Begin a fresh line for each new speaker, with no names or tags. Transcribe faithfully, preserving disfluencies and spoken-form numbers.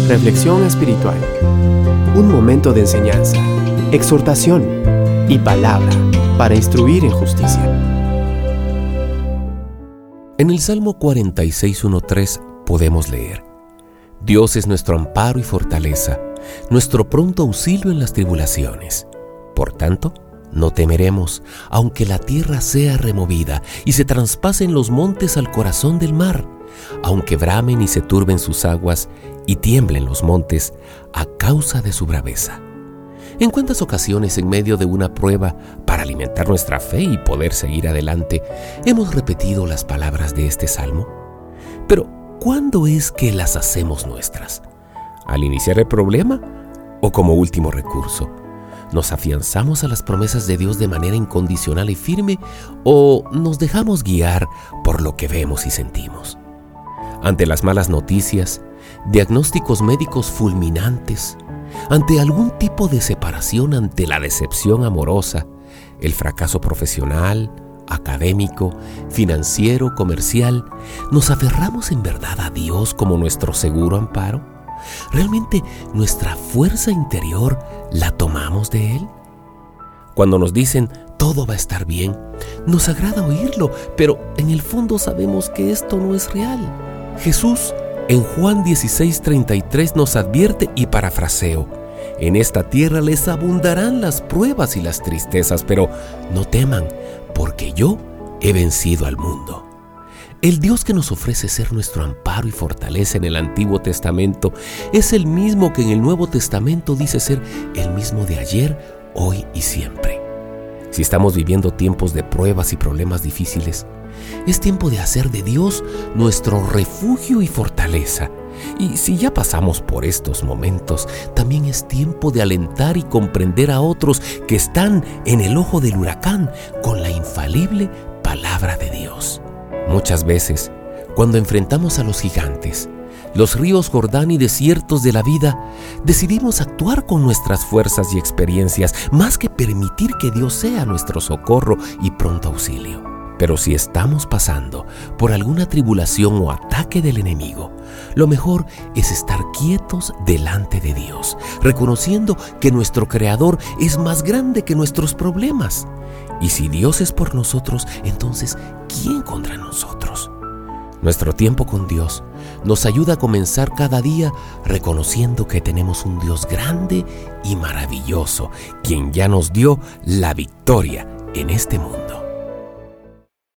Reflexión espiritual. Un momento de enseñanza, exhortación y palabra para instruir en justicia.
En el Salmo cuarenta y seis, uno, tres podemos leer: Dios es nuestro amparo y fortaleza, nuestro pronto auxilio en las tribulaciones. Por tanto, no temeremos, aunque la tierra sea removida y se traspasen los montes al corazón del mar, aunque bramen y se turben sus aguas y tiemblen los montes a causa de su braveza. ¿En cuántas ocasiones, en medio de una prueba, para alimentar nuestra fe y poder seguir adelante, hemos repetido las palabras de este salmo? Pero, ¿cuándo es que las hacemos nuestras? ¿Al iniciar el problema o como último recurso? ¿Nos afianzamos a las promesas de Dios de manera incondicional y firme o nos dejamos guiar por lo que vemos y sentimos? Ante las malas noticias, diagnósticos médicos fulminantes, ante algún tipo de separación, ante la decepción amorosa, el fracaso profesional, académico, financiero, comercial, ¿nos aferramos en verdad a Dios como nuestro seguro amparo? ¿Realmente nuestra fuerza interior la tomamos de Él? Cuando nos dicen todo va a estar bien, nos agrada oírlo, pero en el fondo sabemos que esto no es real. Jesús en Juan dieciséis, treinta y tres nos advierte, y parafraseo: en esta tierra les abundarán las pruebas y las tristezas, pero no teman, porque yo he vencido al mundo. El Dios que nos ofrece ser nuestro amparo y fortaleza en el Antiguo Testamento es el mismo que en el Nuevo Testamento dice ser el mismo de ayer, hoy y siempre. Si estamos viviendo tiempos de pruebas y problemas difíciles, es tiempo de hacer de Dios nuestro refugio y fortaleza. Y si ya pasamos por estos momentos, también es tiempo de alentar y comprender a otros que están en el ojo del huracán con la infalible palabra de Dios. Muchas veces, cuando enfrentamos a los gigantes, los ríos Jordán y desiertos de la vida, decidimos actuar con nuestras fuerzas y experiencias, más que permitir que Dios sea nuestro socorro y pronto auxilio. Pero si estamos pasando por alguna tribulación o ataque del enemigo, lo mejor es estar quietos delante de Dios, reconociendo que nuestro Creador es más grande que nuestros problemas. Y si Dios es por nosotros, entonces, ¿quién contra nosotros? Nuestro tiempo con Dios nos ayuda a comenzar cada día reconociendo que tenemos un Dios grande y maravilloso, quien ya nos dio la victoria en este mundo.